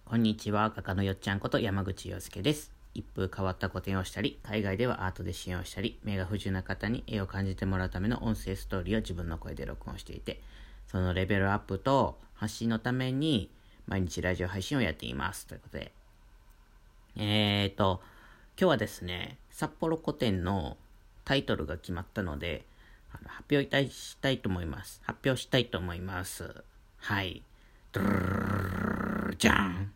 こんにちは、画家のよっちゃんこと山口洋介です。一風変わった個展をしたり、海外ではアートで支援をしたり、目が不自由な方に絵を感じてもらうための音声ストーリーを自分の声で録音していて、そのレベルアップと発信のために毎日ラジオ配信をやっています。ということで、今日はですね、札幌個展のタイトルが決まったので、発表したいと思います。はい。じゃん。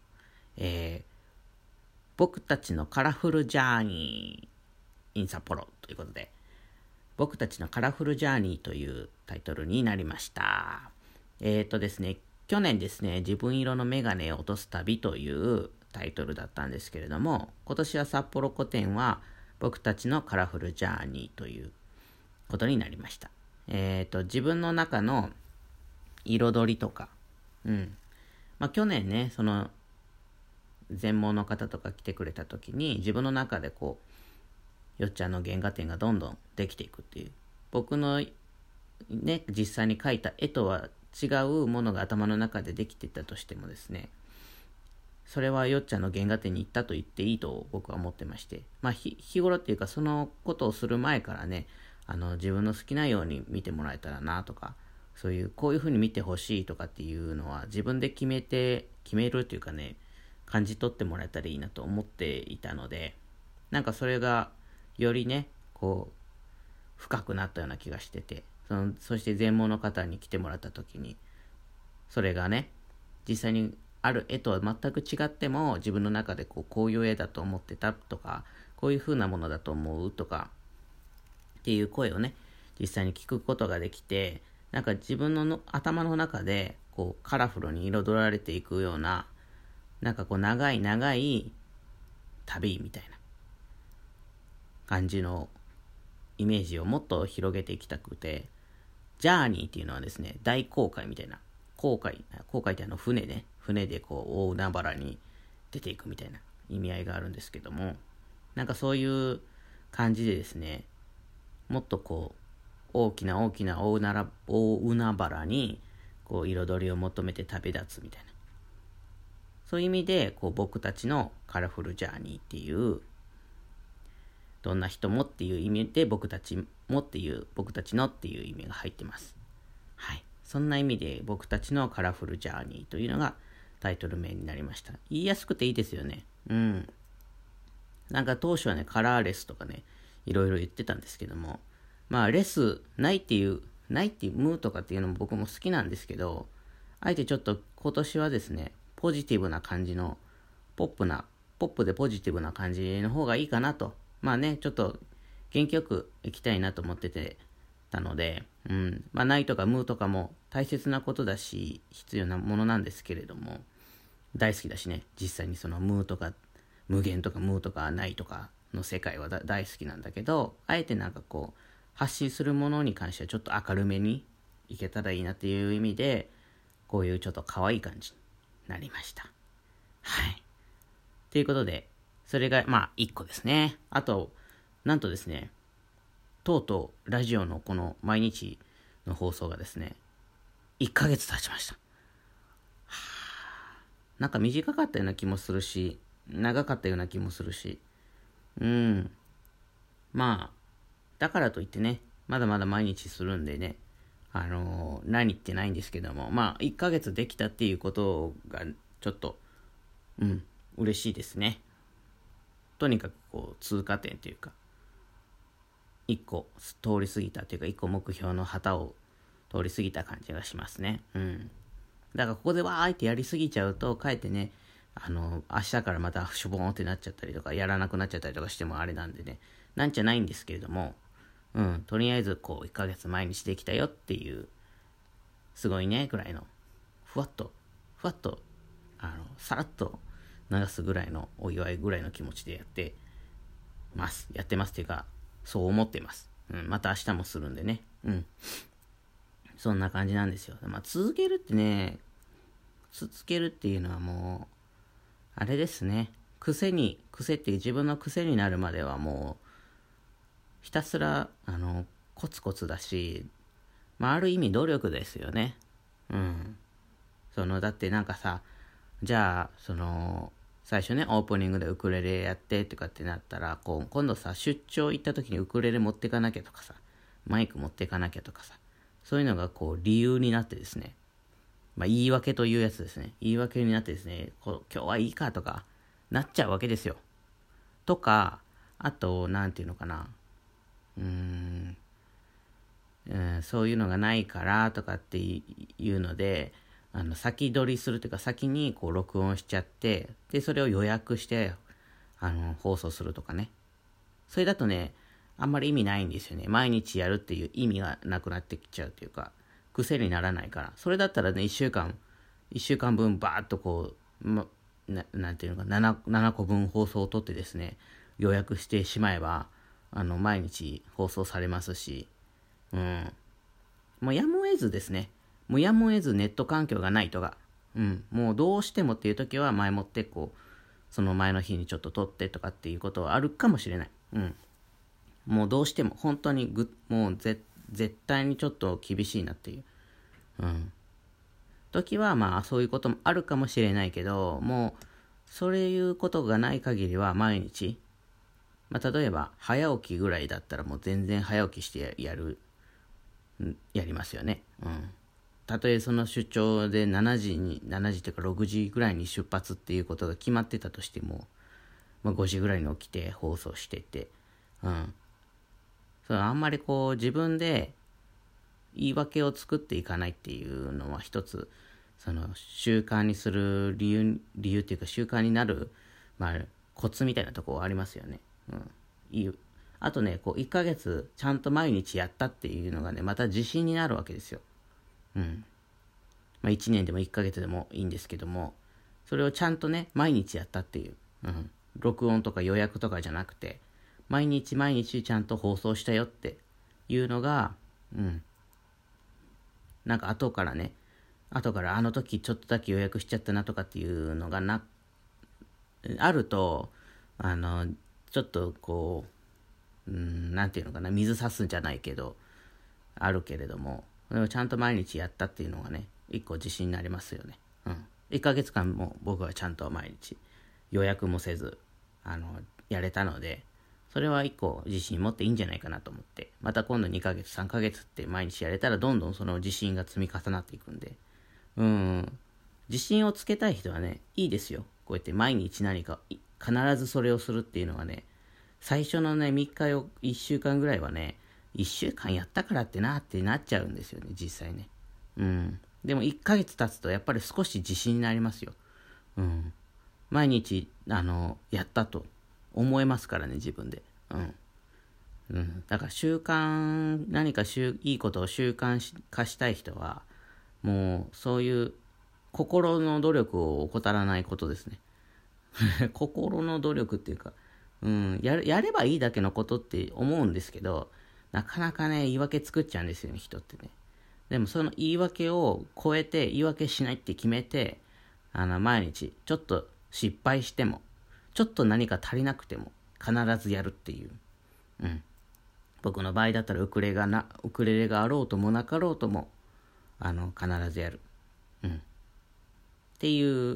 僕たちのカラフルジャーニー in 札幌ということで、僕たちのカラフルジャーニーというタイトルになりました。ですね、去年ですね、自分色のメガネを落とす旅というタイトルだったんですけれども、今年は札幌個展は僕たちのカラフルジャーニーということになりました。自分の中の彩りとか、去年ね、その全盲の方とか来てくれた時に自分の中でよっちゃんの原画展がどんどんできていくっていう、僕のね実際に描いた絵とは違うものが頭の中でできていったとしてもですね、それはよっちゃんの原画展に行ったと言っていいと僕は思ってまして、日頃っていうかそのことをする前からね、自分の好きなように見てもらえたらなとか、そういうこういう風に見てほしいとかっていうのは自分で決めるというかね、感じ取ってもらえたらいいなと思っていたので、なんかそれがよりね深くなったような気がしてて、そして全盲の方に来てもらった時に、それがね実際にある絵とは全く違っても自分の中でこういう絵だと思ってたとか、こういう風なものだと思うとかっていう声をね実際に聞くことができて、なんか自分の頭の中でカラフルに彩られていくような、なんか長い旅みたいな感じのイメージをもっと広げていきたくて、ジャーニーっていうのはですね、大航海みたいな、航海って船で大海原に出ていくみたいな意味合いがあるんですけども、なんかそういう感じでですね、もっと大きな大海原に彩りを求めて旅立つみたいな、そういう意味で僕たちのカラフルジャーニーっていう、どんな人もっていう意味で僕たちのっていう意味が入ってます。はい、そんな意味で僕たちのカラフルジャーニーというのがタイトル名になりました。言いやすくていいですよね。なんか当初はね、カラーレスとかね、いろいろ言ってたんですけども、レスないっていうムーとかっていうのも僕も好きなんですけど、あえてちょっと今年はですね、ポジティブな感じのポップでポジティブな感じの方がいいかなと、ちょっと元気よくいきたいなと思ってたので、ないとかムーとかも大切なことだし必要なものなんですけれども、大好きだしね、実際にそのムーとか無限とかムーとかないとかの世界は大好きなんだけど、あえてなんか発信するものに関してはちょっと明るめにいけたらいいなっていう意味で、こういうちょっと可愛い感じになりました。はい。ということで、それが1個ですね。あと、なんとですね、とうとうラジオのこの毎日の放送がですね、1ヶ月経ちました。なんか短かったような気もするし、長かったような気もするし、だからといってね、まだまだ毎日するんでね、何ってないんですけども、1ヶ月できたっていうことがちょっと嬉しいですね。とにかく通過点というか、一個通り過ぎたというか、一個目標の旗を通り過ぎた感じがしますね。だからここでわーってやりすぎちゃうと、かえってね、明日からまたしょぼーんってなっちゃったりとか、やらなくなっちゃったりとかしてもあれなんでね、なんじゃないんですけれども、とりあえず1ヶ月毎日できたよっていう、すごいねぐらいの、ふわっとさらっと流すぐらいのお祝いぐらいの気持ちでやってますっていうか、そう思ってます。また明日もするんでね。そんな感じなんですよ。続けるっていうのはもうあれですね。癖っていう自分の癖になるまではもうひたすらコツコツだし、ある意味努力ですよね。だってなんかさ、 じゃあ最初ねオープニングでウクレレやってとかってなったら今度さ出張行った時にウクレレ持ってかなきゃとかさマイク持ってかなきゃとかさそういうのが理由になってですね、言い訳というやつですね。言い訳になってですね、今日はいいかとかなっちゃうわけですよ。とか、あと、なんていうのかな。そういうのがないからとかっていうので、先取りするというか、先に録音しちゃって、で、それを予約して、放送するとかね。それだとね、あんまり意味ないんですよね。毎日やるっていう意味がなくなってきちゃうというか、癖にならないから。それだったらね、1週間分バーっとなんていうのか、7個分放送を撮ってですね、予約してしまえば、毎日放送されますし、もうやむを得ずですね。もうやむを得ずネット環境がないとか、もうどうしてもっていう時は前もってその前の日にちょっと撮ってとかっていうことはあるかもしれない。もうどうしても本当にもう絶対にちょっと厳しいなっていう、時はそういうこともあるかもしれないけど、もうそういうことがない限りは毎日、例えば早起きぐらいだったらもう全然早起きしてやりますよね。たとえその出張で7時というか6時ぐらいに出発っていうことが決まってたとしても、5時ぐらいに起きて放送してて、あんまり自分で言い訳を作っていかないっていうのは一つ習慣にする理由っていうか習慣になる、コツみたいなところはありますよね。あとね1ヶ月ちゃんと毎日やったっていうのがねまた自信になるわけですよ。1年でも1ヶ月でもいいんですけども、それをちゃんとね毎日やったっていう、録音とか予約とかじゃなくて毎日ちゃんと放送したよっていうのが、なんか後からあの時ちょっとだけ予約しちゃったなとかっていうのがあると、ちょっとなんていうのかな、水差すんじゃないけど、あるけれども、でもちゃんと毎日やったっていうのがね、一個自信になりますよね。1ヶ月間も僕はちゃんと毎日予約もせず、やれたので、それは一個自信持っていいんじゃないかなと思って、また今度2ヶ月、3ヶ月って毎日やれたらどんどんその自信が積み重なっていくんで、自信をつけたい人はね、いいですよ。こうやって毎日何か、必ずそれをするっていうのはね、最初のね、3日1週間ぐらいはね、1週間やったからってなっちゃうんですよね、実際ね。でも1ヶ月経つとやっぱり少し自信になりますよ。毎日、やったと思えますからね、自分で。だから何かいいことを習慣化したい人は、もうそういう心の努力を怠らないことですね。心の努力っていうか、やればいいだけのことって思うんですけど、なかなかね、言い訳作っちゃうんですよね、人ってね。でもその言い訳を超えて、言い訳しないって決めて、毎日、ちょっと失敗しても、ちょっと何か足りなくても、必ずやるっていう。僕の場合だったらウクレレがあろうともなかろうとも、必ずやる。っていう、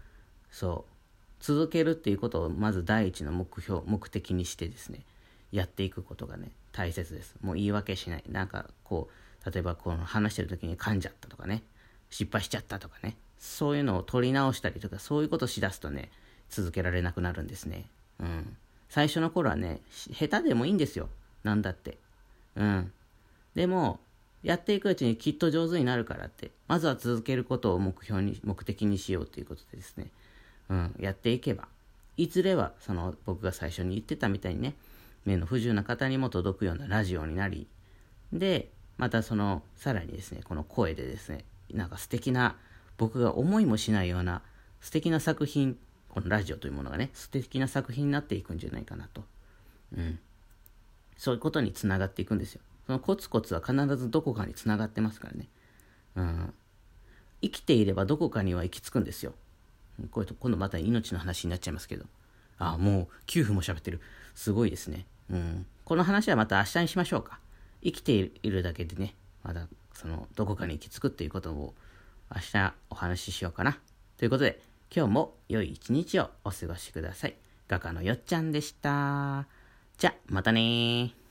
続けるっていうことをまず第一の目的にしてですね、やっていくことがね、大切です。もう言い訳しない。例えば話してる時に噛んじゃったとかね、失敗しちゃったとかね、そういうのを取り直したりとか、そういうことをしだすとね、続けられなくなるんですね。最初の頃はね、下手でもいいんですよ。なんだって。でも、やっていくうちにきっと上手になるからって、まずは続けることを目的にしようということでですね、やっていけば、いずれは僕が最初に言ってたみたいにね、目の不自由な方にも届くようなラジオになり、で、またさらにですね、この声でですね、なんか素敵な、僕が思いもしないような素敵な作品、このラジオというものがね、素敵な作品になっていくんじゃないかなと。そういうことにつながっていくんですよ。そのコツコツは必ずどこかにつながってますからね。生きていればどこかには行き着くんですよ。これと今度また命の話になっちゃいますけど。もう9分も喋ってる。すごいですね。この話はまた明日にしましょうか。生きているだけでね、まだどこかに行き着くっていうことを明日お話ししようかな。ということで、 今日も良い一日をお過ごしください。画家のよっちゃんでした。じゃ、またねー。